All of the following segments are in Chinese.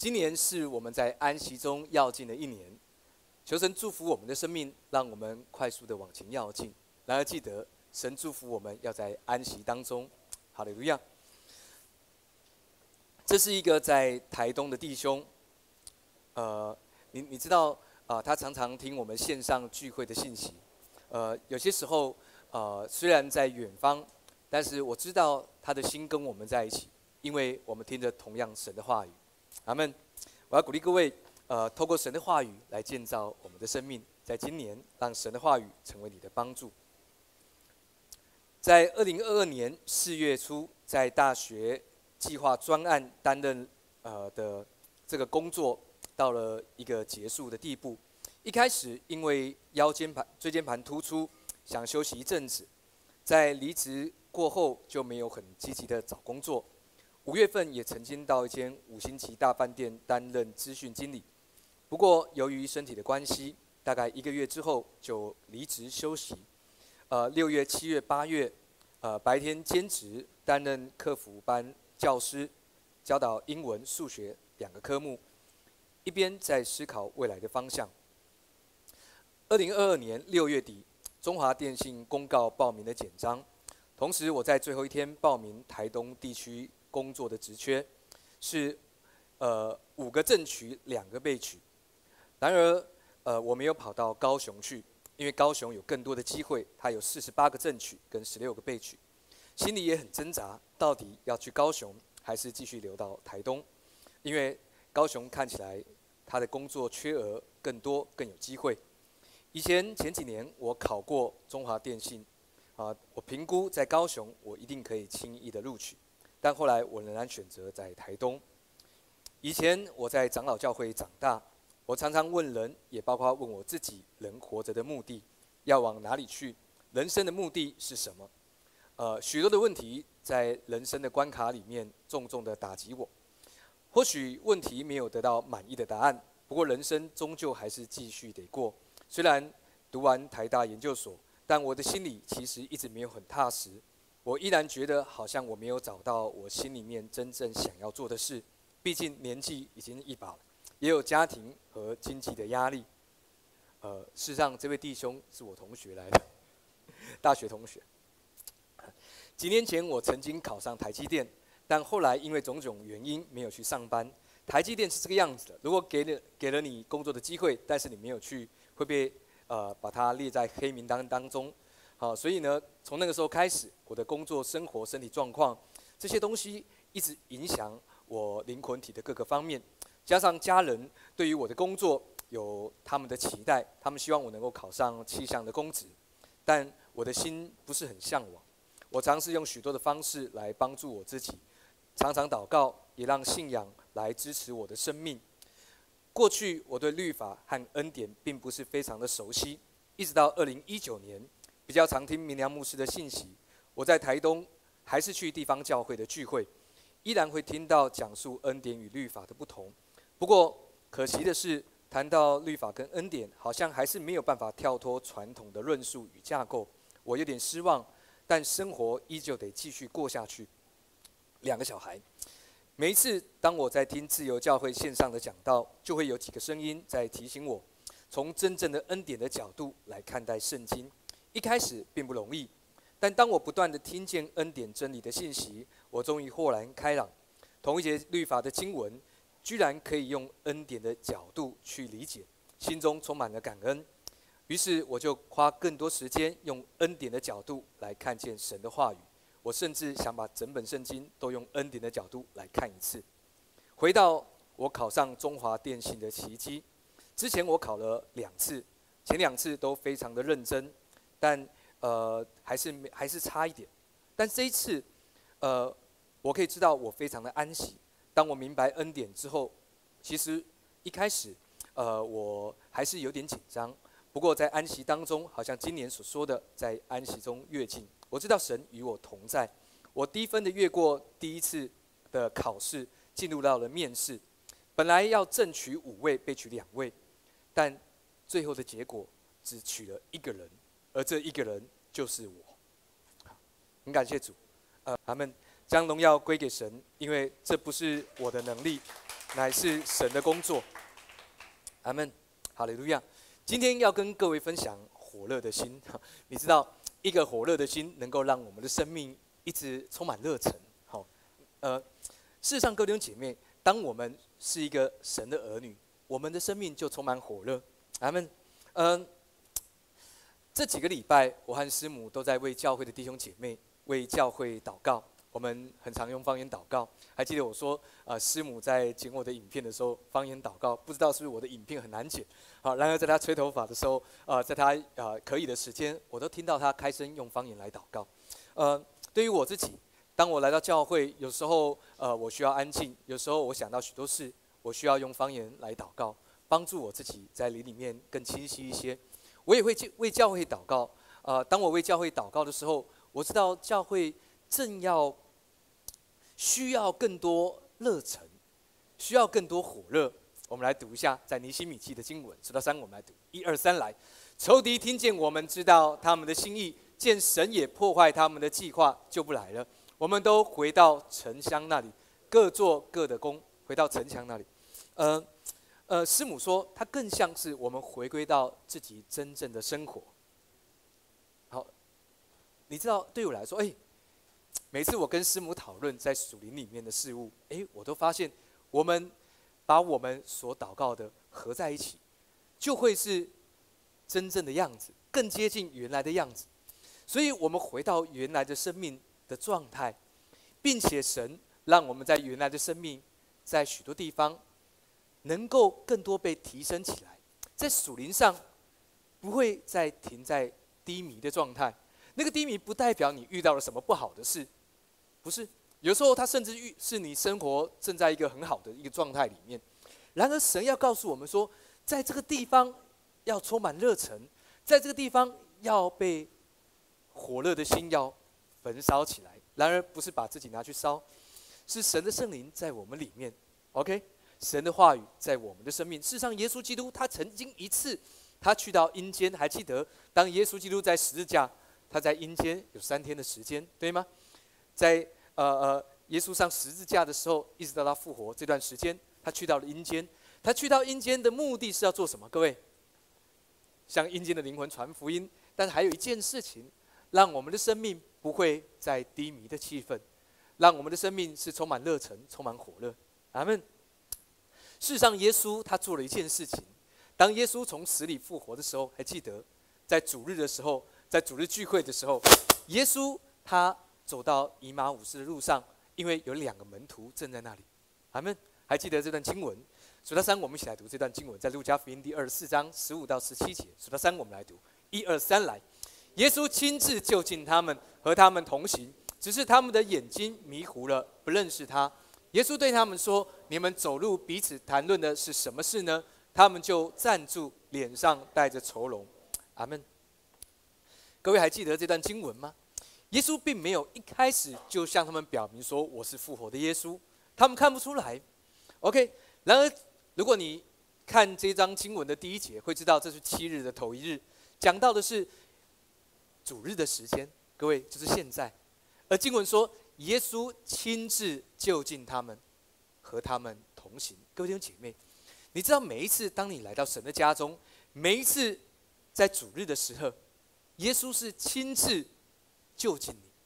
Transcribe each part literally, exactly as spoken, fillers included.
今年是我们在安息中要进的一年，求神祝福我们的生命，让我们快速的往前要进。然而记得，神祝福我们要在安息当中。哈利路亚！这是一个在台东的弟兄，呃，你你知道啊、呃，他常常听我们线上聚会的信息，呃，有些时候呃虽然在远方，但是我知道他的心跟我们在一起，因为我们听着同样神的话语。阿们！我要鼓励各位，呃，透过神的话语来建造我们的生命，在今年让神的话语成为你的帮助。在二零二二年四月初，在大学计划专案担任呃的这个工作，到了一个结束的地步。一开始因为腰间盘、椎间盘突出，想休息一阵子，在离职过后就没有很积极的找工作。五月份也曾经到一间五星级大饭店担任资讯经理，不过由于身体的关系，大概一个月之后就离职休息。呃，六月、七月、八月，呃，白天兼职担任客服班教师，教导英文、数学两个科目，一边在思考未来的方向。二零二二年六月底，中华电信公告报名的简章，同时我在最后一天报名台东地区工作的职缺，是呃五个正取两个备取。然而呃我没有跑到高雄去，因为高雄有更多的机会，它有四十八个正取跟十六个备取，心里也很挣扎，到底要去高雄还是继续留到台东？因为高雄看起来他的工作缺额更多更有机会。以前前几年我考过中华电信，啊，我评估在高雄我一定可以轻易的录取。但后来我仍然选择在台东。以前我在长老教会长大，我常常问人，也包括问我自己：人活着的目的，要往哪里去？人生的目的是什么？呃，许多的问题在人生的关卡里面重重的打击我。或许问题没有得到满意的答案，不过人生终究还是继续得过。虽然读完台大研究所，但我的心里其实一直没有很踏实。我依然觉得好像我没有找到我心里面真正想要做的事，毕竟年纪已经一把了，也有家庭和经济的压力。呃，事实上，这位弟兄是我同学来的，大学同学。几年前我曾经考上台积电，但后来因为种种原因没有去上班。台积电是这个样子的：如果给了给了你工作的机会，但是你没有去，会被呃把它列在黑名单当中。好，所以呢，从那个时候开始，我的工作、生活、身体状况这些东西一直影响我灵魂体的各个方面。加上家人对于我的工作有他们的期待，他们希望我能够考上气象的公职，但我的心不是很向往。我尝试用许多的方式来帮助我自己，常常祷告，也让信仰来支持我的生命。过去我对律法和恩典并不是非常的熟悉，一直到二零一九年。比较常听明良牧师的信息，我在台东还是去地方教会的聚会，依然会听到讲述恩典与律法的不同。不过可惜的是，谈到律法跟恩典，好像还是没有办法跳脱传统的论述与架构。我有点失望，但生活依旧得继续过下去。两个小孩，每一次当我在听自由教会线上的讲道，就会有几个声音在提醒我，从真正的恩典的角度来看待圣经。一开始并不容易，但当我不断地听见恩典真理的信息，我终于豁然开朗。同一节律法的经文，居然可以用恩典的角度去理解，心中充满了感恩。于是我就花更多时间用恩典的角度来看见神的话语。我甚至想把整本圣经都用恩典的角度来看一次。回到我考上中华电信的奇迹，之前我考了两次，前两次都非常的认真。但呃还是还是差一点，但这一次，呃，我可以知道我非常的安息。当我明白恩典之后，其实一开始，呃，我还是有点紧张。不过在安息当中，好像今年所说的，在安息中跃进，我知道神与我同在。我低分的越过第一次的考试，进入到了面试。本来要正取五位，被取两位，但最后的结果只取了一个人。而这一个人就是我，很感谢主，呃，他们将荣耀归给神，因为这不是我的能力， 乃是神的工作。阿们，哈利路亚。今天要跟各位分享火热的心。你知道，一个火热的心能够让我们的生命一直充满热忱。好，呃，事实上，各位弟兄姐妹，当我们是一个神的儿女，我们的生命就充满火热。阿们，嗯、呃，这几个礼拜，我和师母都在为教会的弟兄姐妹为教会祷告。我们很常用方言祷告。还记得我说，呃，师母在剪我的影片的时候，方言祷告，不知道是不是我的影片很难剪。好，然而在她吹头发的时候，呃，在她呃可以的时间，我都听到她开声用方言来祷告。呃，对于我自己，当我来到教会，有时候呃我需要安静，有时候我想到许多事，我需要用方言来祷告，帮助我自己在灵里面更清晰一些。我也会为教会祷告。呃，当我为教会祷告的时候，我知道教会正要需要更多热忱，需要更多火热。我们来读一下在尼希米记的经文，数到三，我们来读，一二三，来。仇敌听见我们知道他们的心意，见神也破坏他们的计划，就不来了。我们都回到城乡那里，各做各的工。回到城墙那里，呃呃，师母说，它更像是我们回归到自己真正的生活。好，你知道，对我来说，哎。每次我跟师母讨论在属灵里面的事物，哎，我都发现我们把我们所祷告的合在一起，就会是真正的样子，更接近原来的样子。所以，我们回到原来的生命的状态，并且神让我们在原来的生命，在许多地方能够更多被提升起来，在属灵上不会再停在低迷的状态。那个低迷不代表你遇到了什么不好的事。不是，有时候他甚至遇是你生活正在一个很好的一个状态里面。然而，神要告诉我们说，在这个地方要充满热忱，在这个地方要被火热的心要焚烧起来。然而，不是把自己拿去烧，是神的圣灵在我们里面。OK， 神的话语在我们的生命。事实上，耶稣基督他曾经一次，他去到阴间，还记得当耶稣基督在十字架，他在阴间有三天的时间，对吗？在呃呃，耶稣上十字架的时候，一直到他复活这段时间，他去到了阴间。他去到阴间的目的是要做什么？各位，向阴间的灵魂传福音。但是还有一件事情，让我们的生命不会在低迷的气氛，让我们的生命是充满热忱、充满火热。阿们。事实上，耶稣他做了一件事情。当耶稣从死里复活的时候，还记得在主日的时候，在主日聚会的时候，耶稣他走到以马忤斯的路上，因为有两个门徒正在那里。阿们，还记得这段经文？数到三，我们一起来读这段经文，在路加福音第二十四章十五到十七节。数到三，我们来读，一二三，来。耶稣亲自就近他们，和他们同行，只是他们的眼睛迷糊了，不认识他。耶稣对他们说：“你们走路彼此谈论的是什么事呢？”他们就站住，脸上带着愁容。阿们。各位还记得这段经文吗？耶稣并没有一开始就向他们表明说我是复活的耶稣，他们看不出来。OK， 然而如果你看这章经文的第一节，会知道这是七日的头一日，讲到的是主日的时间，各位就是现在。而经文说，耶稣亲自就近他们，和他们同行。各位弟兄姐妹，你知道每一次当你来到神的家中，每一次在主日的时候，耶稣是亲自就近你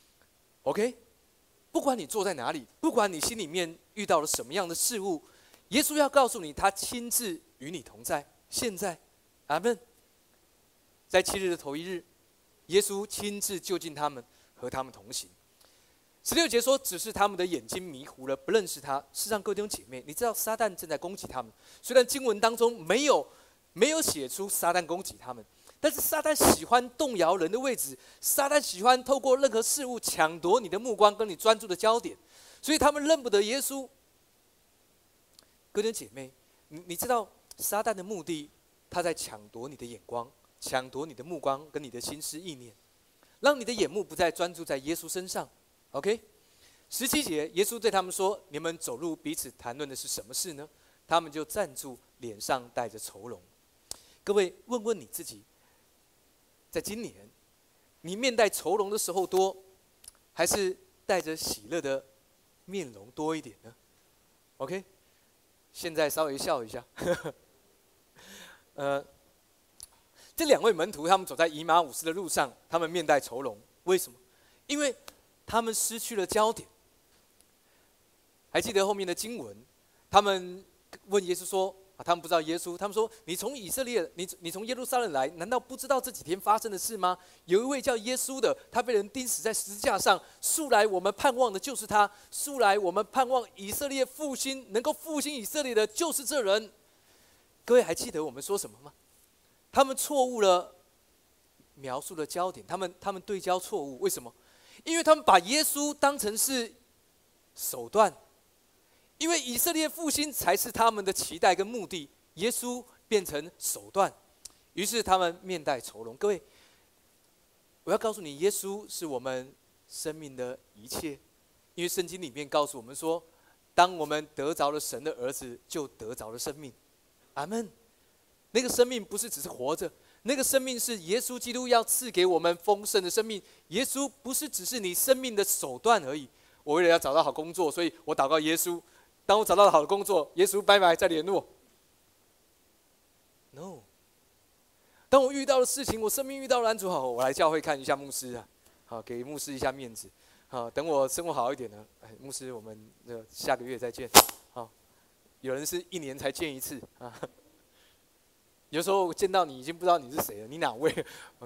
，OK？ 不管你坐在哪里，不管你心里面遇到了什么样的事物，耶稣要告诉你，他亲自与你同在。现在，阿们。在七日的头一日，耶稣亲自就近他们，和他们同行。十六节说，只是他们的眼睛迷糊了，不认识他。事实上，各位弟兄姐妹，你知道撒旦正在攻击他们。虽然经文当中没有没有写出撒旦攻击他们。但是撒旦喜欢动摇人的位置，撒旦喜欢透过任何事物抢夺你的目光跟你专注的焦点，所以他们认不得耶稣。各位弟兄姐妹，你你知道撒旦的目的，他在抢夺你的眼光，抢夺你的目光跟你的心思意念，让你的眼目不再专注在耶稣身上。OK， 十七节，耶稣对他们说：“你们走路彼此谈论的是什么事呢？”他们就站住，脸上带着愁容。各位，问问你自己。在今年，你面带愁容的时候多，还是带着喜乐的面容多一点呢 ？OK， 现在稍微笑一下。呃，这两位门徒他们走在以马忤斯的路上，他们面带愁容，为什么？因为他们失去了焦点。还记得后面的经文，他们问耶稣说：“啊，他们不知道耶稣，他们说：你从以色列，你你从耶路撒冷来，难道不知道这几天发生的事吗？有一位叫耶稣的，他被人钉死在十字架上。素来我们盼望的就是他，素来我们盼望以色列复兴，能够复兴以色列的就是这人。”各位还记得我们说什么吗？他们错误了描述的焦点，他们他们对焦错误，为什么？因为他们把耶稣当成是手段。因为以色列复兴才是他们的期待跟目的，耶稣变成手段，于是他们面带愁容。各位，我要告诉你，耶稣是我们生命的一切，因为圣经里面告诉我们说，当我们得着了神的儿子，就得着了生命。阿们。那个生命不是只是活着，那个生命是耶稣基督要赐给我们丰盛的生命。耶稣不是只是你生命的手段而已。我为了要找到好工作，所以我祷告耶稣。当我找到了好的工作，耶稣拜拜再联络。No。当我遇到的事情，我生命遇到了难处，好，我来教会看一下牧师啊，好，给牧师一下面子。好，等我生活好一点呢，哎，牧师，我们下个月再见。好，有人是一年才见一次啊。有时候见到你已经不知道你是谁了，你哪位？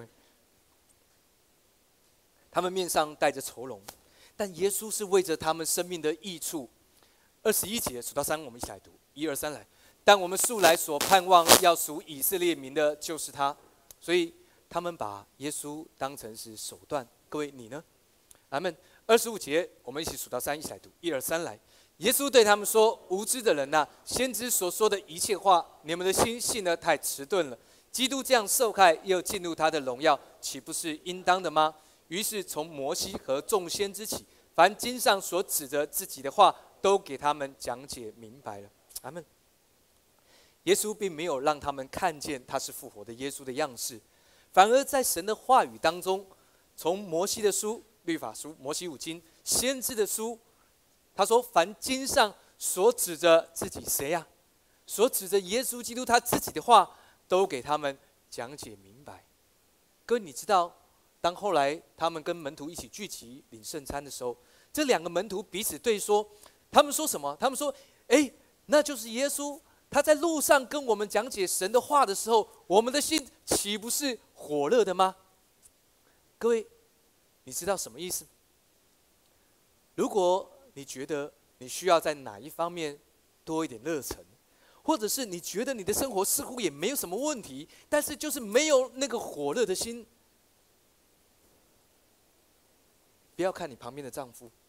他们面上带着愁容，但耶稣是为着他们生命的益处。二十一节数到三，我们一起来读，一二三来。但我们素来所盼望要属以色列民的，就是他。所以他们把耶稣当成是手段。各位，你呢？阿们。二十五节，我们一起数到三，一起来读，一二三来。耶稣对他们说：“无知的人呐、啊，先知所说的一切话，你们的心信得太迟钝了。基督这样受害，又进入他的荣耀，岂不是应当的吗？”于是从摩西和众先知起，凡经上所指着自己的话，都给他们讲解明白了。阿们。耶稣并没有让他们看见他是复活的耶稣的样式，反而在神的话语当中，从摩西的书、律法书、摩西五经、先知的书，他说：“凡经上所指着自己谁呀、啊？所指着耶稣基督他自己的话，都给他们讲解明白。”各位，你知道，当后来他们跟门徒一起聚集领圣餐的时候，这两个门徒彼此对说，他们说什么？他们说：“哎，那就是耶稣。他在路上跟我们讲解神的话的时候，我们的心岂不是火热的吗？”各位，你知道什么意思？如果你觉得你需要在哪一方面多一点热忱，或者是你觉得你的生活似乎也没有什么问题，但是就是没有那个火热的心，不要看你旁边的丈夫，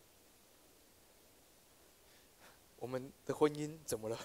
我们的婚姻怎么了？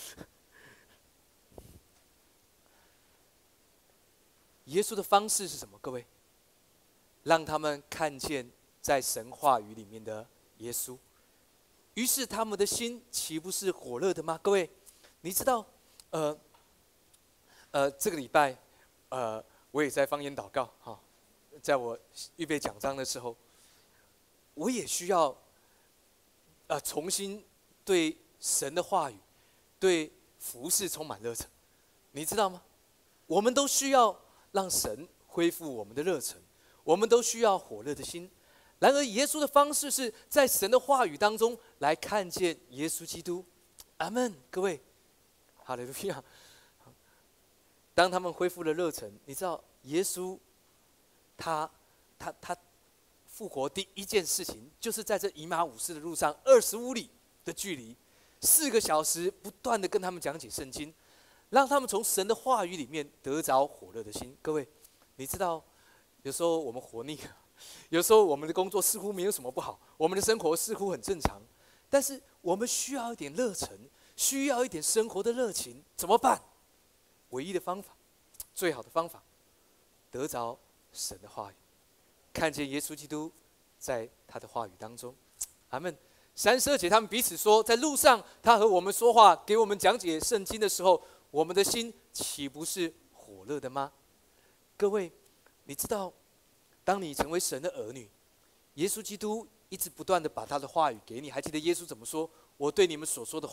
耶稣的方式是什么？各位，让他们看见在神话语里面的耶稣，于是他们的心岂不是火热的吗？各位，你知道，呃，呃，这个礼拜，呃，我也在方言祷告哈、哦，在我预备讲章的时候，我也需要，呃，重新对神的话语、对服事充满热忱，你知道吗？我们都需要让神恢复我们的热忱，我们都需要火热的心。然而，耶稣的方式是在神的话语当中来看见耶稣基督。阿们，各位，哈利路亚。当他们恢复了热忱，你知道，耶稣他他他复活第一件事情，就是在这以马忤斯的路上二十五里的距离，四个小时不断的跟他们讲解圣经，让他们从神的话语里面得着火热的心。各位，你知道，有时候我们活腻了。有时候我们的工作似乎没有什么不好，我们的生活似乎很正常，但是我们需要一点热忱，需要一点生活的热情，怎么办？唯一的方法，最好的方法，得着神的话语，看见耶稣基督在他的话语当中。阿们。三十二节，他们彼此说，在路上他和我们说话，给我们讲解圣经的时候，我们的心岂不是火热的吗？各位，你知道，当你成为神的儿女，耶稣基督一直不断的把他的话语给你。还记得耶稣怎么说？我对你们所说的话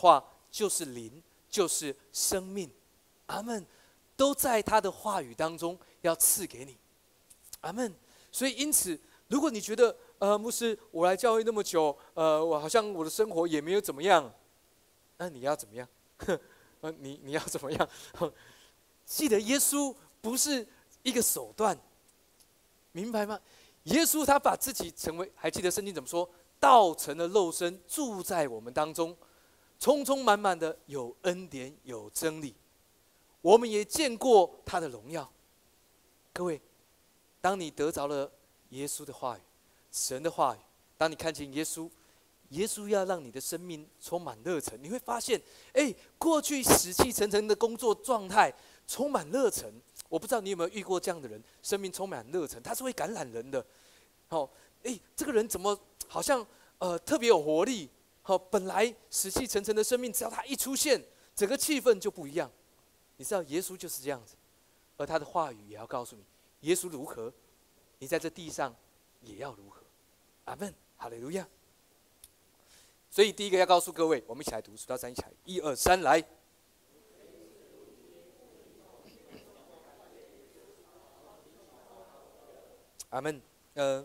就是灵，就是生命。阿们，都在他的话语当中要赐给你。阿们。所以因此，如果你觉得呃牧师，我来教会那么久，呃，我好像我的生活也没有怎么样，那你要怎么样？呃，你你要怎么样？记得耶稣不是一个手段，明白吗？耶稣他把自己成为，还记得圣经怎么说？道成了肉身，住在我们当中，充充满满的有恩典，有真理。我们也见过他的荣耀。各位，当你得着了耶稣的话语，神的话语，当你看见耶稣，耶稣要让你的生命充满热忱，你会发现，哎，过去死气沉沉的工作状态充满热忱。我不知道你有没有遇过这样的人，生命充满热忱，他是会感染人的。哦，哎，这个人怎么好像呃特别有活力？好、哦，本来死气沉沉的生命，只要他一出现，整个气氛就不一样。你知道耶稣就是这样子，而他的话语也要告诉你，耶稣如何，你在这地上也要如何。阿们，哈利路亚。所以第一个要告诉各位，我们一起来读，数到三，一起来，一二三，来。阿们。呃，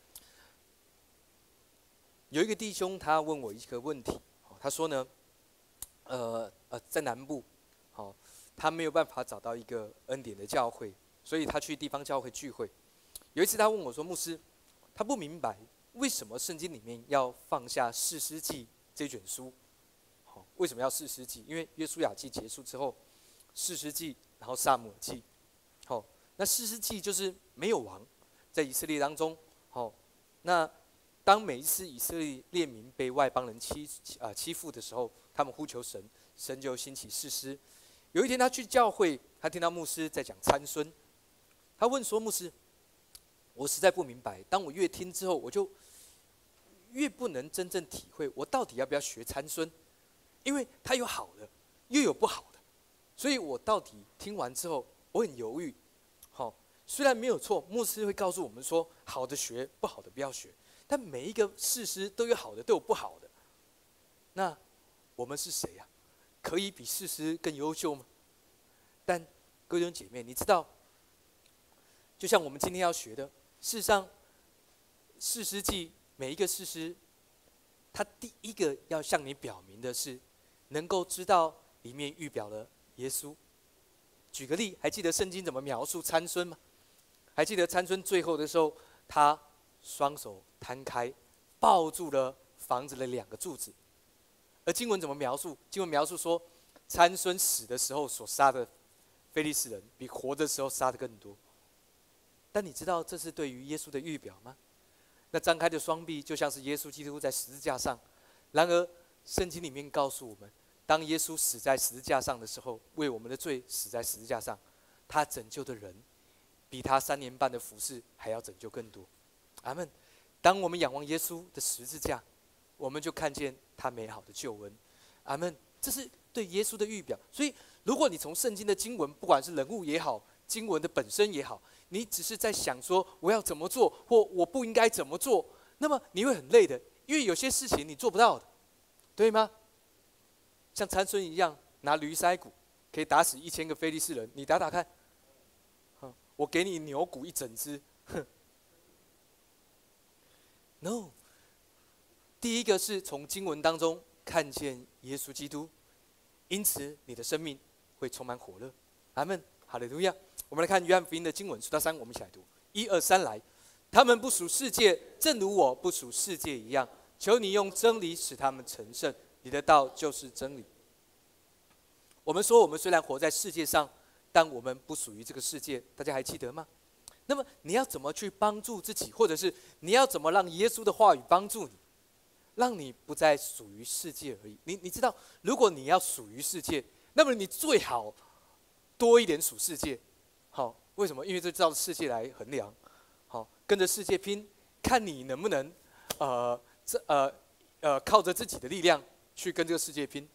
有一个弟兄他问我一个问题，他说呢，呃呃，在南部，好、哦，他没有办法找到一个恩典的教会，所以他去地方教会聚会。有一次他问我说，牧师，他不明白为什么圣经里面要放下士师记这卷书，好、哦，为什么要士师记？因为约书亚记结束之后，士师记，然后撒母耳记，好、哦，那士师记就是没有王。在以色列当中，好、哦，那当每一次以色列民被外邦人欺啊、呃、欺负的时候，他们呼求神，神就兴起士师。有一天他去教会，他听到牧师在讲参孙，他问说：“牧师，我实在不明白，当我越听之后，我就越不能真正体会，我到底要不要学参孙？因为他有好的，又有不好的，所以我到底听完之后，我很犹豫。好、哦。”虽然没有错，牧师会告诉我们说，好的学，不好的不要学。但每一个士师都有好的，都有不好的。那我们是谁呀、啊？可以比士师更优秀吗？但各位弟兄姐妹，你知道，就像我们今天要学的，事实上，士师记每一个士师，他第一个要向你表明的是，能够知道里面预表了耶稣。举个例，还记得圣经怎么描述参孙吗？还记得参孙最后的时候，他双手摊开，抱住了房子的两个柱子。而经文怎么描述？经文描述说，参孙死的时候所杀的非利士人，比活的时候杀的更多。但你知道这是对于耶稣的预表吗？那张开的双臂就像是耶稣基督在十字架上。然而，圣经里面告诉我们，当耶稣死在十字架上的时候，为我们的罪死在十字架上，他拯救的人，比他三年半的服事还要拯救更多。阿们。当我们仰望耶稣的十字架，我们就看见他美好的救恩。阿们。这是对耶稣的预表。所以，如果你从圣经的经文，不管是人物也好，经文的本身也好，你只是在想说我要怎么做，或我不应该怎么做，那么你会很累的，因为有些事情你做不到的，对吗？像参孙一样，拿驴腮骨可以打死一千个非利士人，你打打看。我给你牛骨一整只。No， 第一个是从经文当中看见耶稣基督，因此你的生命会充满火热。阿们，哈利路亚。我们来看约翰福音的经文，数到三，我们一起来读。一二三，来。他们不属世界，正如我不属世界一样。求你用真理使他们成圣，你的道就是真理。我们说，我们虽然活在世界上，但我们不属于这个世界，大家还记得吗？那么你要怎么去帮助自己，或者是你要怎么让耶稣的话语帮助你，让你不再属于世界而已？你你知道，如果你要属于世界，那么你最好多一点属世界。好，为什么？因为这照着世界来衡量。好，跟着世界拼，看你能不能，呃，这呃呃靠着自己的力量去跟这个世界拼。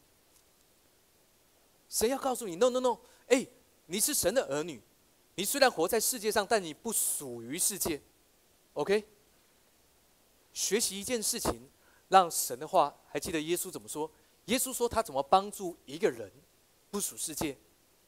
神要告诉你 ，no no no， 哎，你是神的儿女，你虽然活在世界上，但你不属于世界。OK， 学习一件事情，让神的话，还记得耶稣怎么说？ 耶稣说他怎么帮助一个人不属世界？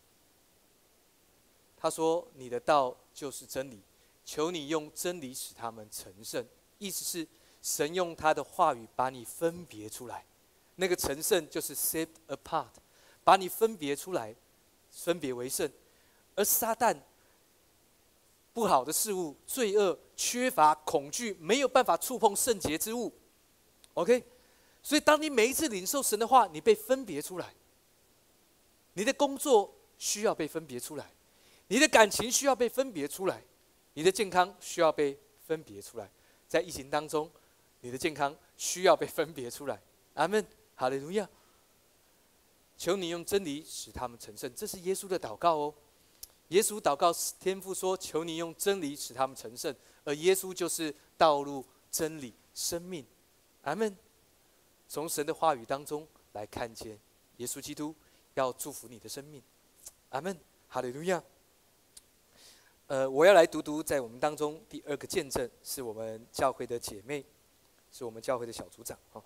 他说：“你的道就是真理，求你用真理使他们成圣。”意思是神用他的话语把你分别出来，那个成圣就是 set apart， 把你分别出来，分别为圣。而撒旦不好的事物、罪恶、缺乏、恐惧，没有办法触碰圣洁之物。OK， 所以当你每一次领受神的话，你被分别出来。你的工作需要被分别出来，你的感情需要被分别出来，你的健康需要被分别出来。在疫情当中，你的健康需要被分别出来。阿们，哈利路亚。求你用真理使他们成圣，这是耶稣的祷告哦。耶稣祷告天父说：“求你用真理使他们成圣。”而耶稣就是道路、真理、生命。阿们。从神的话语当中来看见耶稣基督要祝福你的生命。阿们，哈利路亚。呃，我要来读读在我们当中第二个见证，是我们教会的姐妹，是我们教会的小组长哈。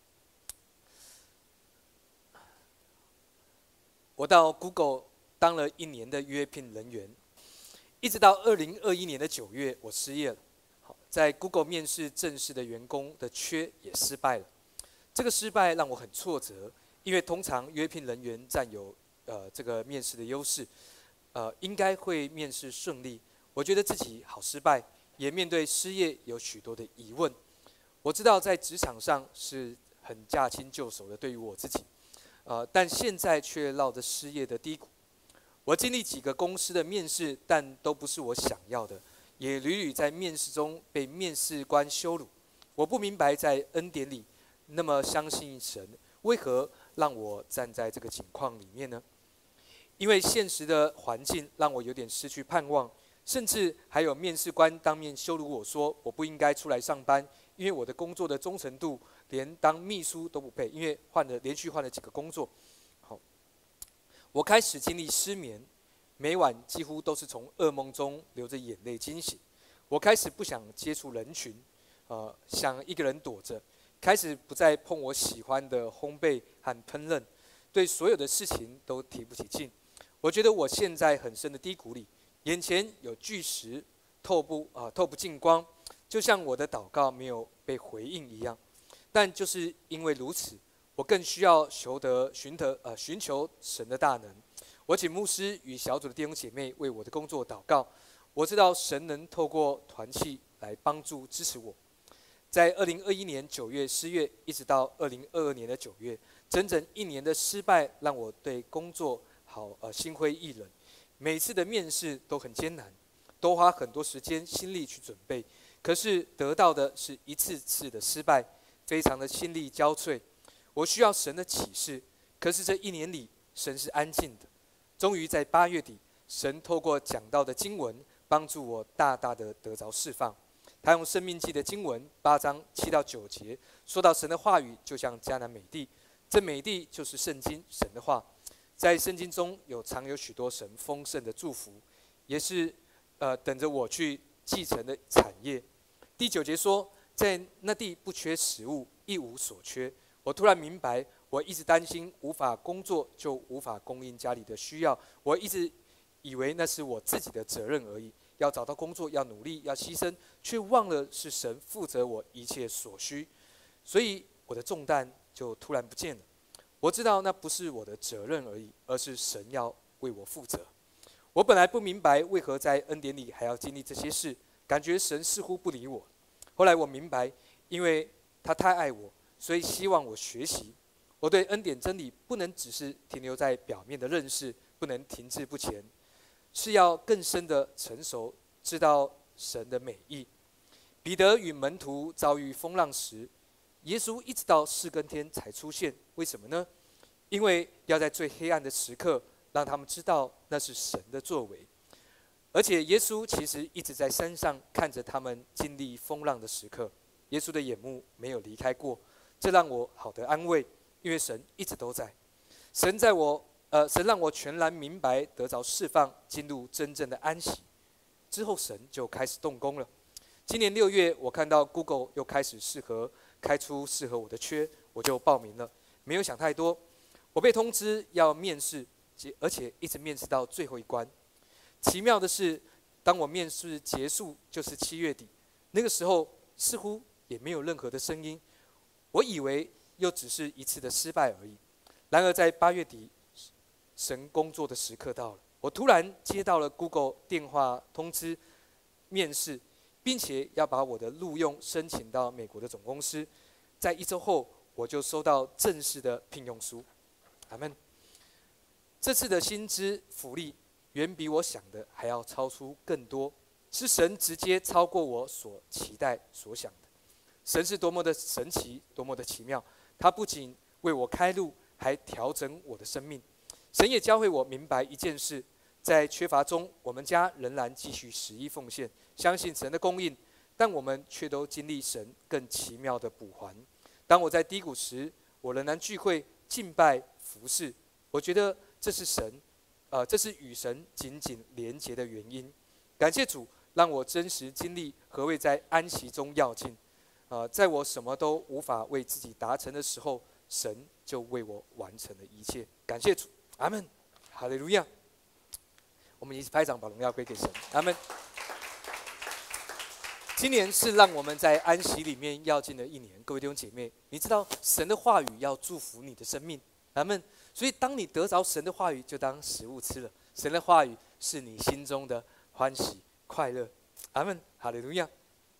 我到 Google 当了一年的约聘人员，一直到二零二一年的九月，我失业了。好，在 Google 面试正式的员工的缺也失败了。这个失败让我很挫折，因为通常约聘人员占有呃这个面试的优势。呃，应该会面试顺利。我觉得自己好失败，也面对失业有许多的疑问。我知道在职场上是很驾轻就熟的，对于我自己，呃，但现在却落着失业的低谷。我经历几个公司的面试，但都不是我想要的，也屡屡在面试中被面试官羞辱。我不明白，在恩典里那么相信神，为何让我站在这个境况里面呢？因为现实的环境让我有点失去盼望，甚至还有面试官当面羞辱我说我不应该出来上班，因为我的工作的忠诚度连当秘书都不配，因为换了连续换了几个工作。好，我开始经历失眠，每晚几乎都是从噩梦中流着眼泪惊醒。我开始不想接触人群，呃，想一个人躲着，开始不再碰我喜欢的烘焙和烹饪，对所有的事情都提不起劲。我觉得我现在很深的低谷里，眼前有巨石，透不啊、呃、透不进光，就像我的祷告没有被回应一样。但就是因为如此，我更需要求得寻得呃寻求神的大能。我请牧师与小组的弟兄姐妹为我的工作祷告。我知道神能透过团契来帮助支持我。在二零二一年九月失业，一直到二零二二年的九月，整整一年的失败，让我对工作好呃心灰意冷。每次的面试都很艰难，都花很多时间心力去准备，可是得到的是一次次的失败，非常的心力交瘁。我需要神的启示，可是这一年里神是安静的。终于在八月底，神透过讲道的经文帮助我大大的得着释放。他用生命记的经文八章七到九节说到神的话语就像迦南美地，这美地就是圣经神的话。在圣经中有常有许多神丰盛的祝福，也是呃等着我去继承的产业。第九节说，在那地不缺食物，一无所缺。我突然明白，我一直担心无法工作就无法供应家里的需要，我一直以为那是我自己的责任而已，要找到工作，要努力，要牺牲，却忘了是神负责我一切所需，所以我的重担就突然不见了。我知道那不是我的责任而已，而是神要为我负责。我本来不明白为何在恩典里还要经历这些事，感觉神似乎不理我。后来我明白，因为他太爱我，所以希望我学习。我对恩典真理不能只是停留在表面的认识，不能停滞不前，是要更深的成熟，知道神的美意。彼得与门徒遭遇风浪时，耶稣一直到四更天才出现，为什么呢？因为要在最黑暗的时刻，让他们知道那是神的作为。而且耶稣其实一直在山上看着他们经历风浪的时刻，耶稣的眼目没有离开过，这让我好得安慰，因为神一直都在。神在我，呃，神让我全然明白，得着释放，进入真正的安息。之后神就开始动工了。今年六月，我看到 Google 又开始适合。开出适合我的缺，我就报名了。 没有想太多，我被通知要面试，而且一直面试到最后一关。奇妙的是，当我面试结束，就是七月底，那个时候似乎也没有任何的声音，我以为又只是一次的失败而已。然而在八月底，神工作的时刻到了，我突然接到了 Google 电话通知面试，并且要把我的录用申请到美国的总公司。在一周后，我就收到正式的聘用书。阿们。这次的薪资福利远比我想的还要超出更多，是神直接超过我所期待所想的。神是多么的神奇，多么的奇妙！他不仅为我开路，还调整我的生命。神也教会我明白一件事：在缺乏中，我们家仍然继续十一奉献，相信神的供应，但我们却都经历神更奇妙的补还。当我在低谷时，我仍然聚会、敬拜、服侍。我觉得这是神，呃，这是与神紧紧连结的原因。感谢主，让我真实经历何谓在安息中要进。呃，在我什么都无法为自己达成的时候，神就为我完成了一切。感谢主，阿们，哈利路亚。我们一起拍掌，把荣耀归给神，阿们。今年是让我们在安息里面要进的一年，各位弟兄姐妹，你知道神的话语要祝福你的生命，阿们。所以当你得着神的话语，就当食物吃了。神的话语是你心中的欢喜快乐，阿们，哈利路亚。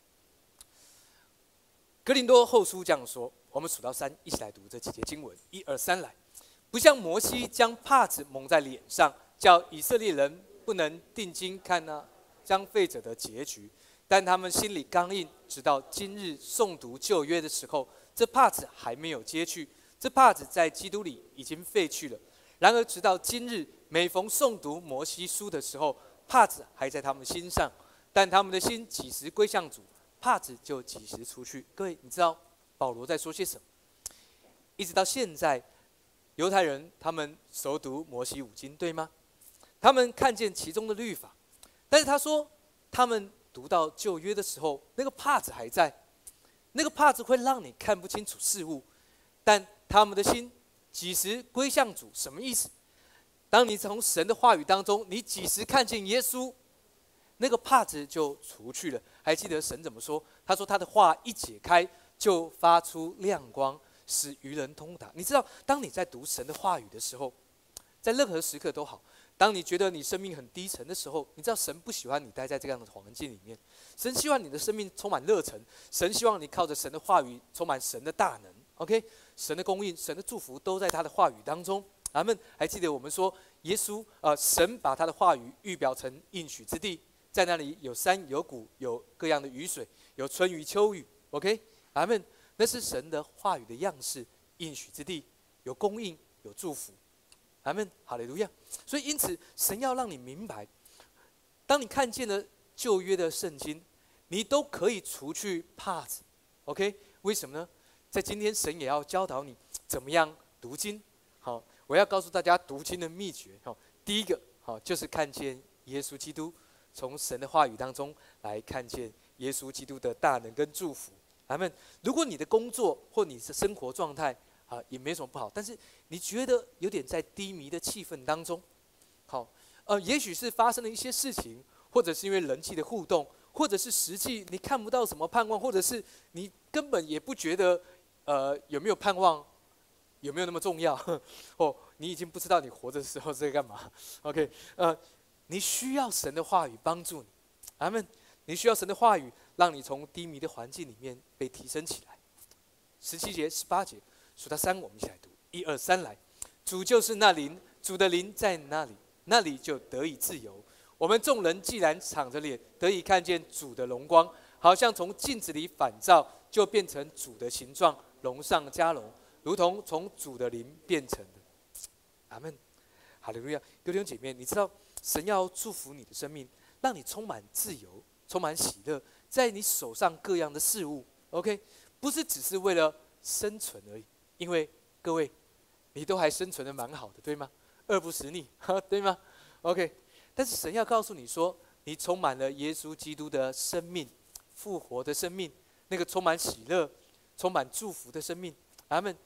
哥林多后书这样说，我们数到三，一起来读这几节经文，一二三来。不像摩西将帕子蒙在脸上，叫以色列人不能定睛看那将废者的结局，但他们心里刚硬，直到今日诵读旧约的时候，这帕子还没有揭去。这帕子在基督里已经废去了。然而直到今日，每逢诵读摩西书的时候，帕子还在他们心上，但他们的心几时归向主，帕子就几时出去。各位，你知道保罗在说些什么？一直到现在，犹太人他们熟读摩西五经，对吗？他们看见其中的律法，但是他说，他们读到旧约的时候，那个帕子还在，那个帕子会让你看不清楚事物，但他们的心几时归向主，什么意思？当你从神的话语当中，你几时看见耶稣，那个帕子就除去了。还记得神怎么说？他说他的话一解开，就发出亮光，使愚人通达。你知道，当你在读神的话语的时候，在任何时刻都好，当你觉得你生命很低沉的时候，你知道神不喜欢你待在这样的环境里面，神希望你的生命充满热忱，神希望你靠着神的话语充满神的大能。OK， 神的供应、神的祝福都在他的话语当中。阿们。还记得我们说，耶稣呃，神把他的话语预表成应许之地，在那里有山有谷，有各样的雨水，有春雨秋雨。OK， 阿们。那是神的话语的样式，应许之地有供应，有祝福。阿们，哈利路亚。所以因此，神要让你明白，当你看见了旧约的圣经，你都可以除去帕子。OK， 为什么呢？在今天，神也要教导你怎么样读经。好，我要告诉大家读经的秘诀。好，第一个好就是看见耶稣基督，从神的话语当中来看见耶稣基督的大能跟祝福。阿们。如果你的工作或你的生活状态啊也没什么不好，但是你觉得有点在低迷的气氛当中，好，呃，也许是发生了一些事情，或者是因为人际的互动，或者是实际你看不到什么盼望，或者是你根本也不觉得。呃，有没有盼望？有没有那么重要？哦，你已经不知道你活着的时候在干嘛。OK， 呃，你需要神的话语帮助你，阿们。你需要神的话语，让你从低迷的环境里面被提升起来。十七节、十八节，数到三，我们一起来读，一二三，来。主就是那灵，主的灵在那里，那里就得以自由。我们众人既然敞着脸，得以看见主的荣光，好像从镜子里反照，就变成主的形状。荣上加荣，如同从主的灵变成的。阿们，哈利路亚。各位弟兄姐妹，你知道神要祝福你的生命，让你充满自由，充满喜乐，在你手上各样的事物 ，OK， 不是只是为了生存而已。因为各位，你都还生存的蛮好的，对吗？饿不死你，对吗 ？OK， 但是神要告诉你说，你充满了耶稣基督的生命，复活的生命，那个充满喜乐。充满祝福的生命，阿们。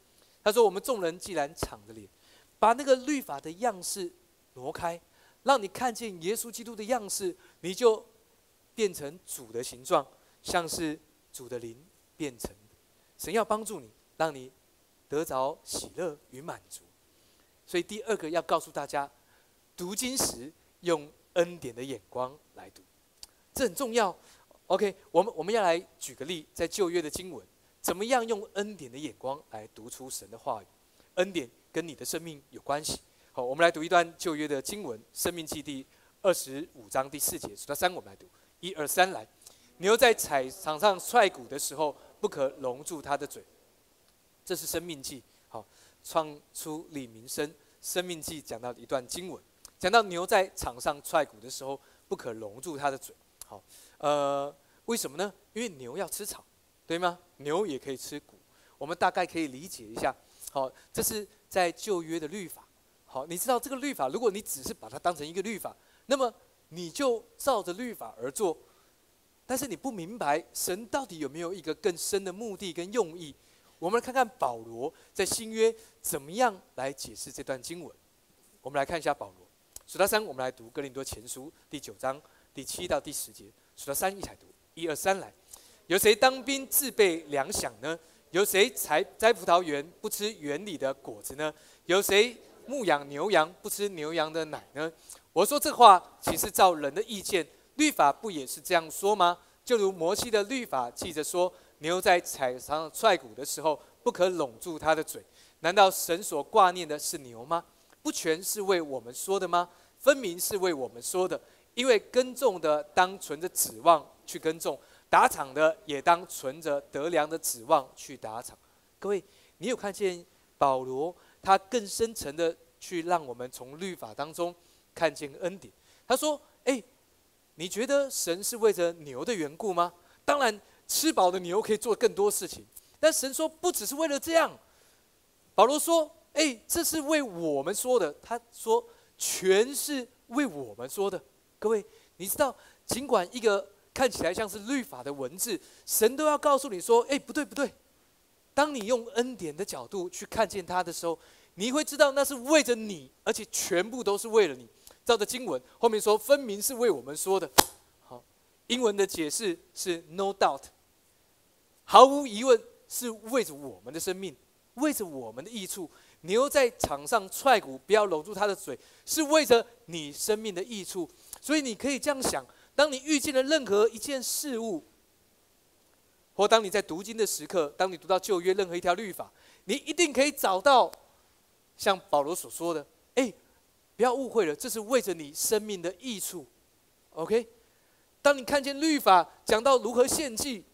他说：“我们众人既然敞着脸，把那个律法的样式挪开，让你看见耶稣基督的样式，你就变成主的形状，像是主的灵变成的。神要帮助你，让你得着喜乐与满足。所以第二个要告诉大家，读经时用恩典的眼光来读，这很重要。OK， 我们我们要来举个例，在旧约的经文，怎么样用恩典的眼光来读出神的话语？恩典跟你的生命有关系。好，我们来读一段旧约的经文，《申命记》第二十五章第四节，数到三，我们来读，一二三，来。牛在踩场上踹鼓的时候，不可笼住它的嘴。这是《申命记》。好，创出李民生，《申命记》讲到一段经文，讲到牛在场上踹鼓的时候，不可笼住它的嘴。好，呃，为什么呢？因为牛要吃草，对吗？牛也可以吃谷，我们大概可以理解一下。好，这是在旧约的律法。好，你知道这个律法，如果你只是把它当成一个律法，那么你就照着律法而做，但是你不明白神到底有没有一个更深的目的跟用意。我们来看看保罗在新约怎么样来解释这段经文。我们来看一下保罗，数到三，我们来读哥林多前书第九章第七到第十节，数到三一起来读，一二三，来。有谁当兵自备粮饷呢？有谁采摘葡萄园不吃园里的果子呢？有谁牧养牛羊不吃牛羊的奶呢？我说这话其实照人的意见，律法不也是这样说吗？就如摩西的律法记着说，牛在踩场踹鼓的时候，不可拢住它的嘴。难道神所挂念的是牛吗？不全是为我们说的吗？分明是为我们说的。因为耕种的当存着指望去耕种，打场的也当存着得粮的指望去打场。各位，你有看见保罗他更深层的去让我们从律法当中看见恩典？他说：“哎，你觉得神是为着牛的缘故吗？当然，吃饱的牛可以做更多事情，但神说不只是为了这样。保罗说：‘哎，这是为我们说的。’他说，全是为我们说的。各位，你知道，尽管一个看起来像是律法的文字，神都要告诉你说：‘哎，不对不对。’当你用恩典的角度去看见它的时候，你会知道那是为着你，而且全部都是为了你。照着经文后面说，分明是为我们说的。好，英文的解释是 no doubt， 毫无疑问是为着我们的生命，为着我们的益处。牛在场上踹鼓，不要搂住它的嘴，是为着你生命的益处。所以你可以这样想：当你遇见了任何一件事物，或当你在读经的时刻，当你读到旧约任何一条律法，你一定可以找到像保罗所说的：哎，不要误会了，这是为着你生命的益处。OK， 当你看见律法讲到如何献祭，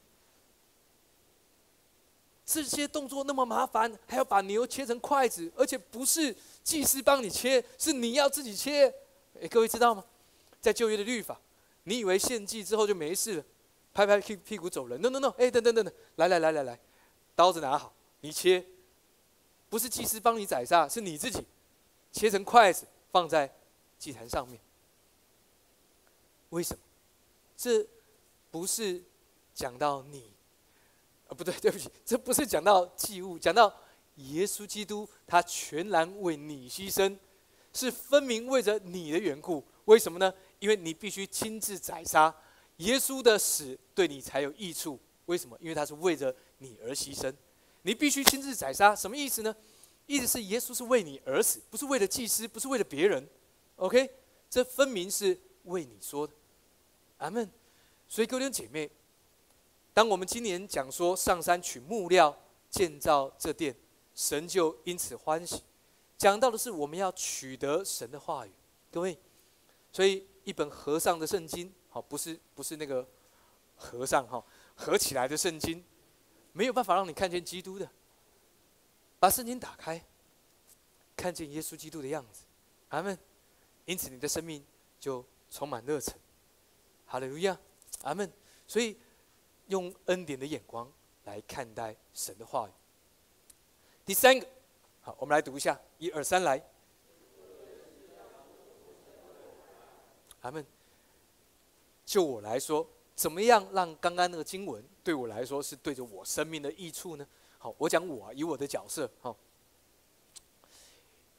这些动作那么麻烦，还要把牛切成筷子，而且不是祭司帮你切，是你要自己切。哎，各位知道吗？在旧约的律法，你以为献祭之后就没事了，拍拍屁屁股走人 ？No No No！ 哎，等等等等，来来来来来，刀子拿好，你切，不是祭司帮你宰杀，是你自己切成筷子放在祭坛上面。为什么？这不是讲到你。啊，不对，对不起，这不是讲到祭物，讲到耶稣基督，他全然为你牺牲，是分明为着你的缘故。为什么呢？因为你必须亲自宰杀，耶稣的死对你才有益处。为什么？因为他是为着你而牺牲，你必须亲自宰杀。什么意思呢？意思是耶稣是为你而死，不是为了祭司，不是为了别人。OK， 这分明是为你说的。阿们。所以各位弟兄姐妹，当我们今年讲说上山取木料建造这殿，神就因此欢喜。讲到的是我们要取得神的话语，各位，所以一本合上的圣经，好，不是不是那个和尚哈，合起来的圣经，没有办法让你看见基督的。把圣经打开，看见耶稣基督的样子，阿们。因此你的生命就充满热忱，哈利路亚，阿们。所以用恩典的眼光来看待神的话语。第三个，好，我们来读一下，一二三，来。阿们。就我来说，怎么样让刚刚那个经文对我来说是对着我生命的益处呢？好，我讲我、啊、以我的角色，好，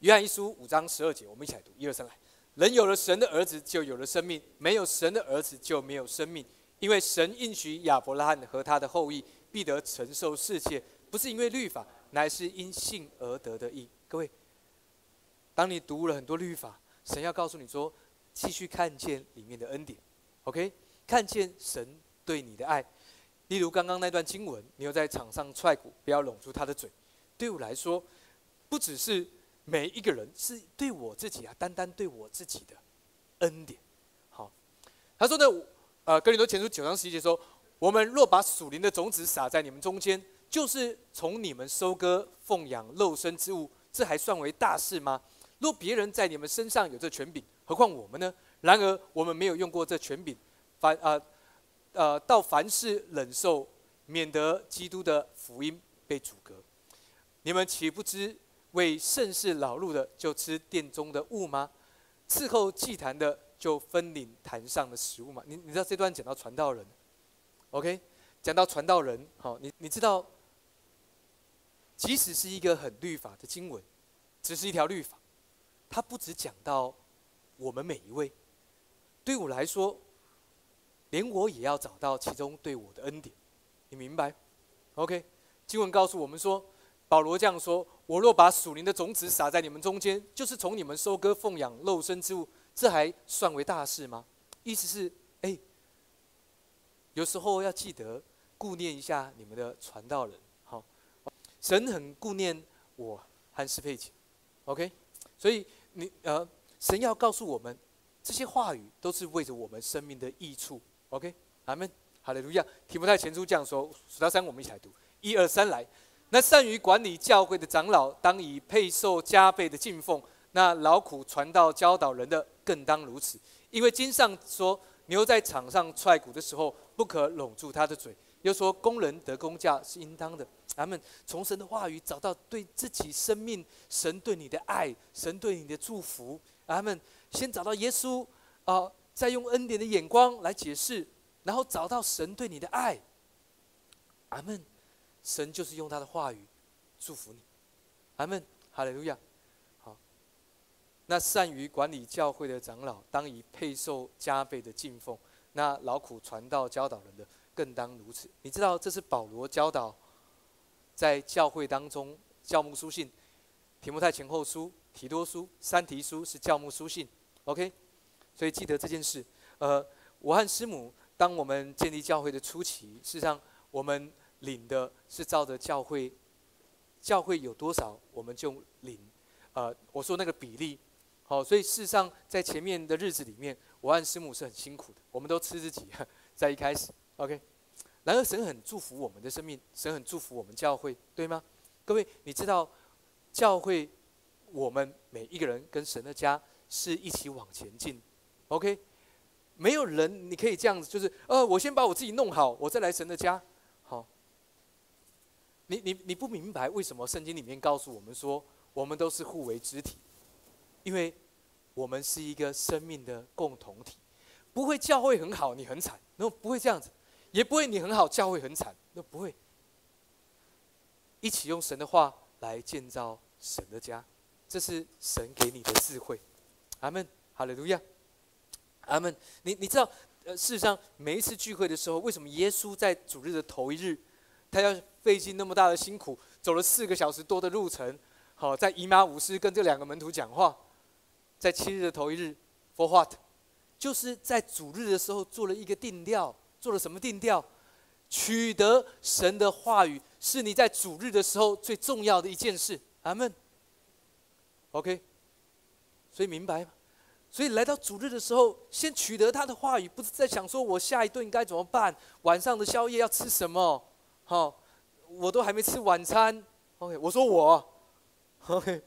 约翰一书五章十二节，我们一起来读，一二三来。人有了神的儿子，就有了生命；没有神的儿子，就没有生命。因为神应许亚伯拉罕和他的后裔必得承受世界，不是因为律法，乃是因信而得的义。各位，当你读了很多律法，神要告诉你说，继续看见里面的恩典 ，OK？ 看见神对你的爱。例如刚刚那段经文，你又在场上踹鼓，不要拢住他的嘴。对我来说，不只是每一个人，是对我自己啊，单单对我自己的恩典。好，他说呢，呃，哥林多前书九章十一节说，我们若把属灵的种子撒在你们中间，就是从你们收割奉养肉身之物，这还算为大事吗？若别人在你们身上有这权柄，何况我们呢？然而我们没有用过这权柄，凡呃呃，到凡事忍受，免得基督的福音被阻隔。你们岂不知为圣事劳碌的，就吃殿中的物吗？伺候祭坛的，就分领坛上的食物吗？你你知道这段讲到传道人 ，OK？ 讲到传道人，好，你你知道，即使是一个很律法的经文，只是一条律法，它不只讲到我们每一位。对我来说，连我也要找到其中对我的恩典，你明白 ？OK？ 经文告诉我们说，保罗这样说：“我若把属灵的种子撒在你们中间，就是从你们收割奉养肉身之物，这还算为大事吗？”意思是，哎，有时候要记得顾念一下你们的传道人。好，神很顾念我和施佩姐 ，OK？ 所以你呃，神要告诉我们，这些话语都是为着我们生命的益处。OK， 阿们，哈利路亚。提摩太前书这样说，数到三，我们一起来读，一二三来。那善于管理教会的长老，当以配受加倍的敬奉；那劳苦传道教导人的，更当如此。因为经上说，牛在场上踹鼓的时候，不可拢住他的嘴；又说，工人得工价是应当的。阿们。从神的话语找到对自己生命，神对你的爱，神对你的祝福。阿们。先找到耶稣啊、呃，再用恩典的眼光来解释，然后找到神对你的爱。阿们。神就是用他的话语祝福你，阿们，哈利路亚。好，那善于管理教会的长老，当以配受加倍的敬奉；那劳苦传道教导人的，更当如此。你知道，这是保罗教导在教会当中教牧书信，提摩太前后书、提多书、三提书是教牧书信 ，OK？ 所以记得这件事。呃，我和师母，当我们建立教会的初期，事实上我们领的是照着教会，教会有多少，我们就领。呃，我说那个比例，好，所以事实上在前面的日子里面，我和师母是很辛苦的，我们都吃自己，在一开始 ，OK。然而神很祝福我们的生命，神很祝福我们教会，对吗？各位，你知道教会，我们每一个人跟神的家是一起往前进 ，OK。没有人你可以这样子，就是呃，我先把我自己弄好，我再来神的家。好，你你你不明白为什么圣经里面告诉我们说，我们都是互为肢体，因为我们是一个生命的共同体。不会教会很好，你很惨，那不会这样子；也不会你很好，教会很惨，那不会。一起用神的话来建造神的家，这是神给你的智慧。阿们，哈利路亚。阿们，你你知道，呃，事实上每一次聚会的时候，为什么耶稣在主日的头一日，他要费尽那么大的辛苦，走了四个小时多的路程，好，在以马忤斯跟这两个门徒讲话，在七日的头一日 ，for what？ 就是在主日的时候做了一个定调，做了什么定调？取得神的话语，是你在主日的时候最重要的一件事。阿们。OK， 所以明白吗？所以来到主日的时候，先取得他的话语，不是在想说我下一顿该怎么办，晚上的宵夜要吃什么？好、哦，我都还没吃晚餐。OK， 我说我 ，OK，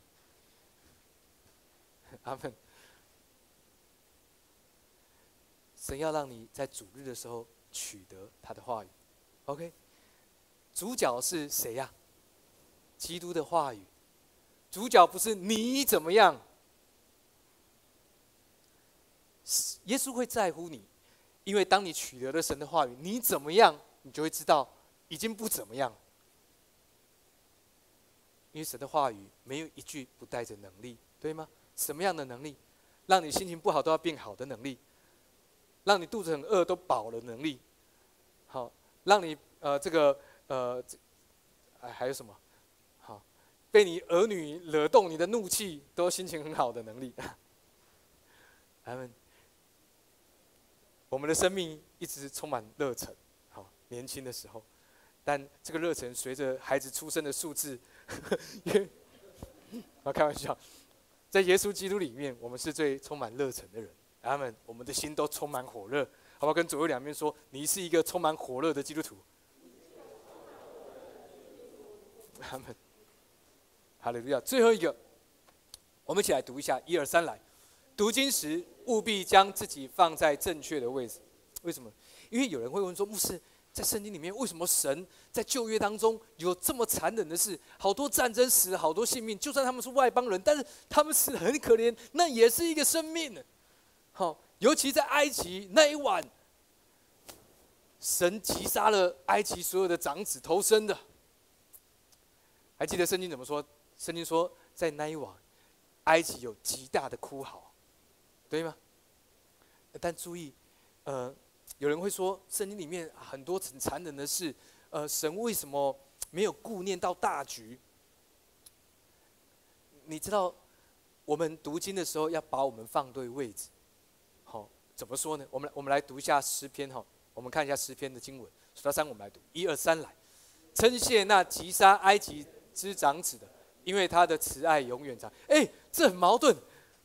阿们。神要让你在主日的时候取得他的话语 ，OK。主角是谁呀、啊？基督的话语。主角不是你怎么样。耶稣会在乎你，因为当你取得了神的话语，你怎么样，你就会知道已经不怎么样。 因为神的话语没有一句不带着能力，对吗？什么样的能力？让你心情不好都要变好的能力，让你肚子很饿都饱了能力，好，让你呃这个呃，哎还有什么？好，被你儿女惹动你的怒气都心情很好的能力。阿们。我们的生命一直充满热忱，好，年轻的时候，但这个热忱随着孩子出生的数字，我开玩笑，在耶稣基督里面，我们是最充满热忱的人。阿们，我们的心都充满火热，好不好？跟左右两边说，你是一个充满火热的基督徒。阿们，哈利路亚。最后一个，我们一起来读一下，一二三，来。读经时务必将自己放在正确的位置。为什么？因为有人会问说，牧师，在圣经里面，为什么神在旧约当中有这么残忍的事？好多战争死了好多性命，就算他们是外邦人，但是他们死得很可怜，那也是一个生命呢。好，尤其在埃及那一晚，神击杀了埃及所有的长子头生的。还记得圣经怎么说？圣经说，在那一晚，埃及有极大的哭嚎。对吗？但注意，呃，有人会说，圣经里面很多很残忍的事，呃，神为什么没有顾念到大局？你知道，我们读经的时候要把我们放对位置。好、哦，怎么说呢？我们我们来读一下诗篇哈、哦，我们看一下诗篇的经文，数到三我们来读，一二三来，称谢那击杀埃及之长子的，因为他的慈爱永远长。哎，这很矛盾。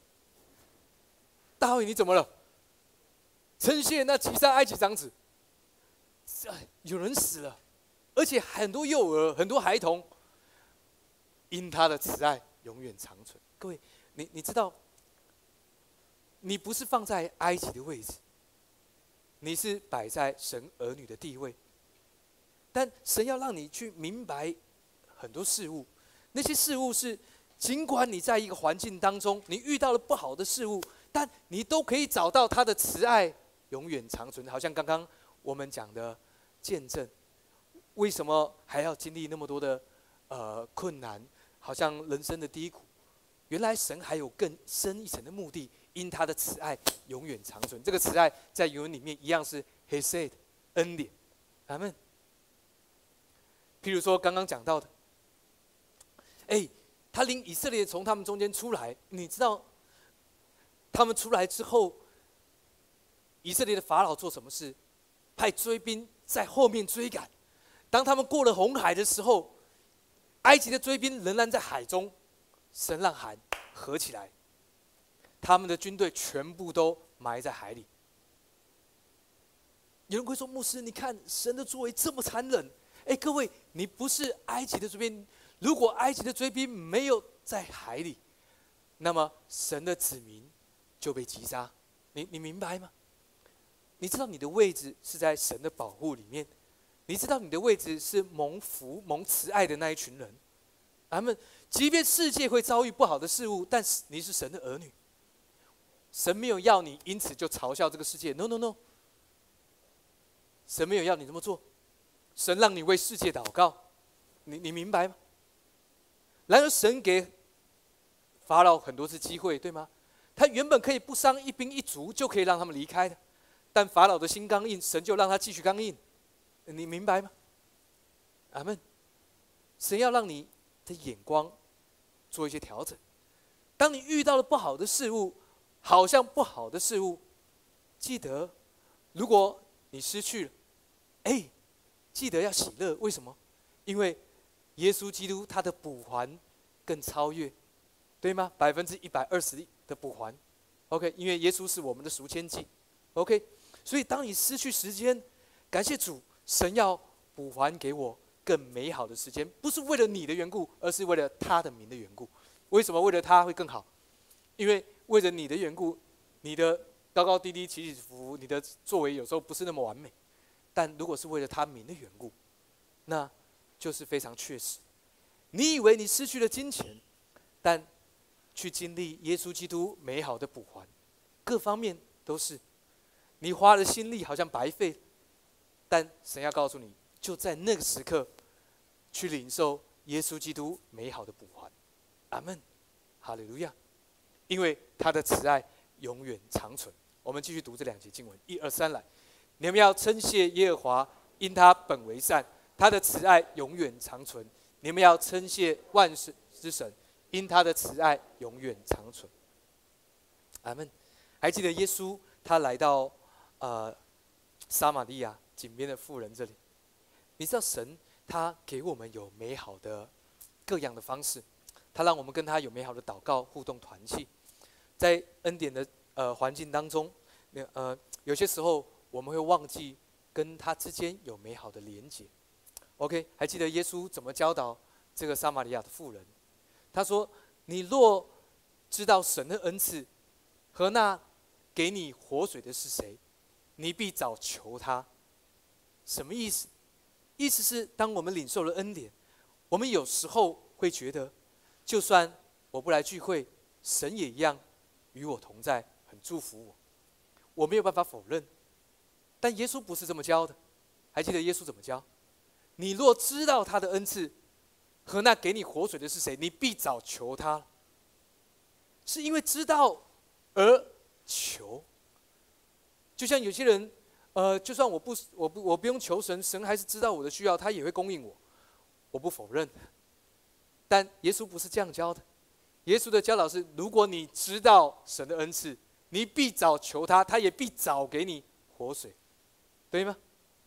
大卫，你怎么了？称谢那击杀埃及长子，有人死了，而且很多幼儿、很多孩童，因他的慈爱永远长存。各位，你你知道，你不是放在埃及的位置，你是摆在神儿女的地位。但神要让你去明白很多事物，那些事物是，尽管你在一个环境当中，你遇到了不好的事物。但你都可以找到他的慈爱永远长存，好像刚刚我们讲的见证，为什么还要经历那么多的呃困难？好像人生的低谷，原来神还有更深一层的目的，因他的慈爱永远长存。这个慈爱在原文里面一样是 Hesed 恩典，阿们。譬如说刚刚讲到的，哎，他领以色列从他们中间出来，你知道？他们出来之后，以色列的法老做什么事？派追兵在后面追赶。当他们过了红海的时候，埃及的追兵仍然在海中，神让海合起来，他们的军队全部都埋在海里。有人会说，牧师，你看神的作为这么残忍。哎，各位，你不是埃及的追兵，如果埃及的追兵没有在海里，那么神的子民就被击杀，你你明白吗？你知道你的位置是在神的保护里面，你知道你的位置是蒙福蒙慈爱的那一群人。他们即便世界会遭遇不好的事物，但是你是神的儿女，神没有要你因此就嘲笑这个世界 ，no no no， 神没有要你这么做，神让你为世界祷告，你你明白吗？然而神给法老很多次机会，对吗？他原本可以不伤一兵一卒就可以让他们离开的，但法老的心刚硬，神就让他继续刚硬，你明白吗？阿们。神要让你的眼光做一些调整。当你遇到了不好的事物，好像不好的事物，记得，如果你失去了，哎，记得要喜乐。为什么？因为耶稣基督他的补还更超越，对吗？百分之一百二十的补还 ，OK， 因为耶稣是我们的赎愆祭 ，OK， 所以当你失去时间，感谢主，神要补还给我更美好的时间，不是为了你的缘故，而是为了他的名的缘故。为什么为了他会更好？因为为了你的缘故，你的高高低低、起起伏伏，你的作为有时候不是那么完美，但如果是为了他名的缘故，那就是非常确实。你以为你失去了金钱，但去经历耶稣基督美好的补还，各方面都是。你花了心力好像白费，但神要告诉你，就在那个时刻，去领受耶稣基督美好的补还。阿们，哈利路亚！因为他的慈爱永远长存。我们继续读这两节经文，一二三来。你们要称谢耶和华，因他本为善，他的慈爱永远长存。你们要称谢万神之神，因他的慈爱永远长存。阿们。还记得耶稣他来到呃撒玛利亚井边的妇人这里，你知道神他给我们有美好的各样的方式，他让我们跟他有美好的祷告互动团契，在恩典的呃环境当中，呃有些时候我们会忘记跟他之间有美好的连结。OK， 还记得耶稣怎么教导这个撒玛利亚的妇人？他说：“你若知道神的恩赐和那给你活水的是谁，你必早求他。”什么意思？意思是当我们领受了恩典，我们有时候会觉得，就算我不来聚会，神也一样与我同在，很祝福我。我没有办法否认，但耶稣不是这么教的。还记得耶稣怎么教？你若知道他的恩赐和那给你活水的是谁，你必早求他。是因为知道而求。就像有些人，呃，就算我不我不我不用求神，神还是知道我的需要，他也会供应我。我不否认，但耶稣不是这样教的。耶稣的教导是：如果你知道神的恩赐，你必早求他，他也必早给你活水，对吗？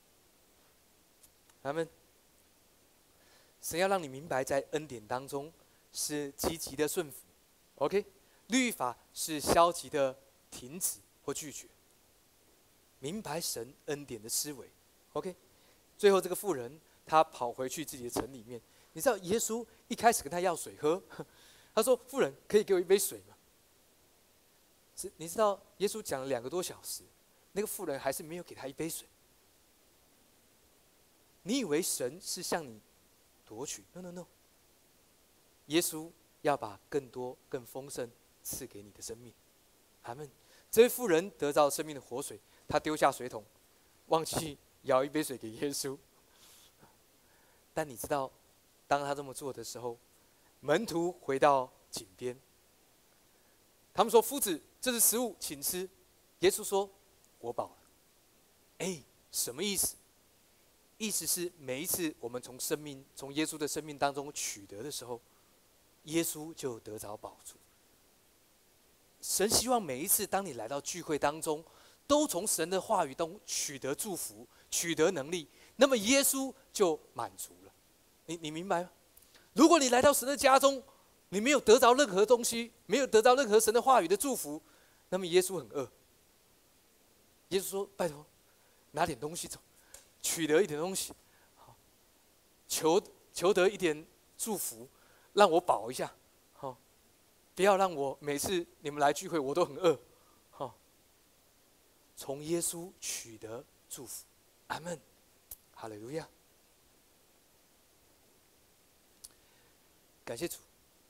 阿们。神要让你明白，在恩典当中是积极的顺服 ，OK？ 律法是消极的停止或拒绝。明白神恩典的思维 ，OK？ 最后这个妇人她跑回去自己的城里面，你知道耶稣一开始跟她要水喝，他说：“妇人，可以给我一杯水吗？”是，你知道耶稣讲了两个多小时，那个妇人还是没有给他一杯水。你以为神是向你夺取 ？No No No。耶稣要把更多、更丰盛赐给你的生命。阿们。这位妇人得到生命的活水，她丢下水桶，忘记舀一杯水给耶稣。但你知道，当他这么做的时候，门徒回到井边，他们说：“夫子，这是食物，请吃。”耶稣说：“我饱了。”哎，什么意思？意思是每一次我们从生命、从耶稣的生命当中取得的时候，耶稣就得着饱足。神希望每一次当你来到聚会当中，都从神的话语中取得祝福、取得能力，那么耶稣就满足了。你你明白吗？如果你来到神的家中，你没有得着任何东西，没有得到任何神的话语的祝福，那么耶稣很饿。耶稣说：“拜托，拿点东西走，取得一点东西，求求得一点祝福，让我饱一下。好，不要让我每次你们来聚会我都很饿。好，从耶稣取得祝福。阿们，哈利路亚。感谢主。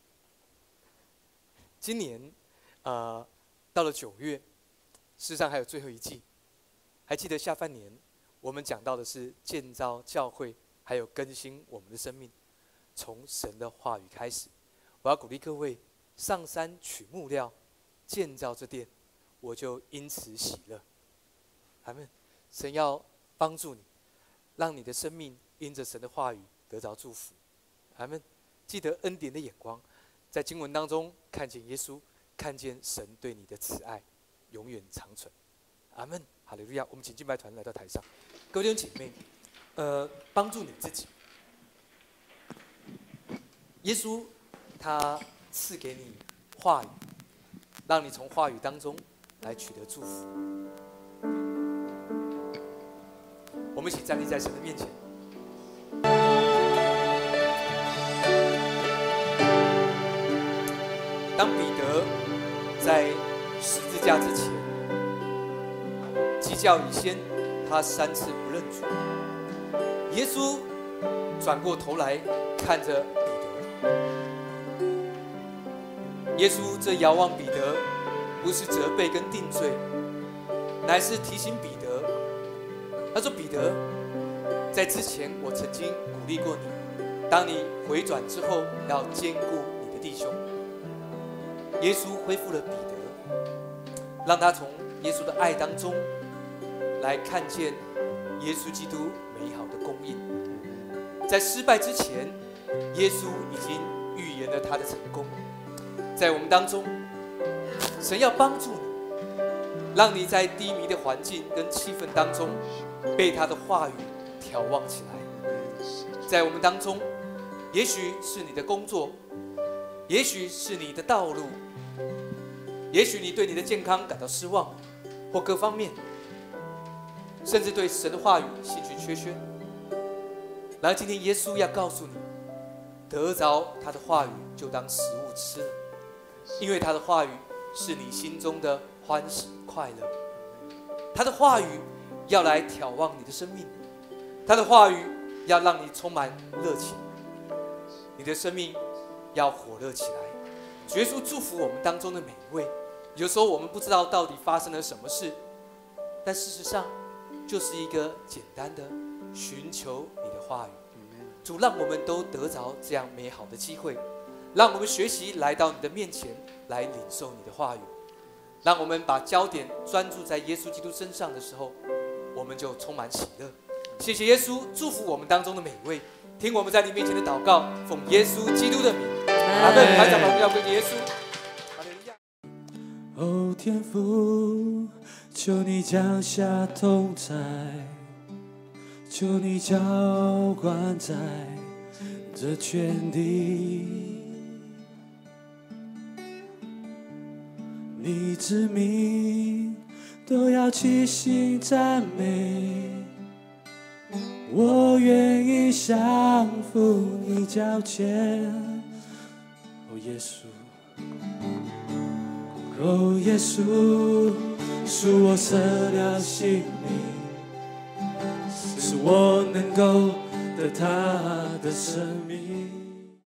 今年，呃，到了九月，事实上还有最后一季。还记得下半年我们讲到的是建造教会，还有更新我们的生命，从神的话语开始。我要鼓励各位上山取木料，建造这殿，我就因此喜乐。阿们。神要帮助你，让你的生命因着神的话语得着祝福。阿们。记得恩典的眼光，在经文当中看见耶稣，看见神对你的慈爱，永远长存。阿们，哈利路亚！我们请敬拜团来到台上，各位弟兄姐妹，呃，帮助你自己。耶稣他赐给你话语，让你从话语当中来取得祝福。我们一起站立在神的面前。当彼得在十字架之前，鸡叫以先，他三次不认主。耶稣转过头来看着彼得，耶稣这遥望彼得，不是责备跟定罪，乃是提醒彼得。他说：“彼得，在之前我曾经鼓励过你， 当你回转之后，要兼顾你的弟兄。耶稣恢复了彼得，让他从耶稣的爱当中来看见耶稣基督美好的供应。在失败之前，耶稣已经预言了他的成功。在我们当中，神要帮助你，让你在低迷的环境跟气氛当中，被他的话语眺望起来。在我们当中，也许是你的工作，也许是你的道路，也许你对你的健康感到失望，或各方面，甚至对神的话语兴趣缺缺。然而今天耶稣要告诉你，得着他的话语就当食物吃了，因为他的话语是你心中的欢喜快乐。他的话语要来眺望你的生命，他的话语要让你充满热情，你的生命要火热起来。耶稣祝福我们当中的每一位。有时候我们不知道到底发生了什么事，但事实上就是一个简单的寻求你的话语。主，让我们都得着这样美好的机会，让我们学习来到你的面前，来领受你的话语。让我们把焦点专注在耶稣基督身上的时候，我们就充满喜乐。谢谢耶稣，祝福我们当中的每一位，听我们在你面前的祷告，奉耶稣基督的名，阿门。还掌把荣耀归给耶稣。 哦，天父，求你降下同在，求你浇灌在这全地，你之名都要齐心赞美，我愿意降服你脚前。哦，耶稣。哦，耶稣，是我舍了性命，使我能够得他的生命。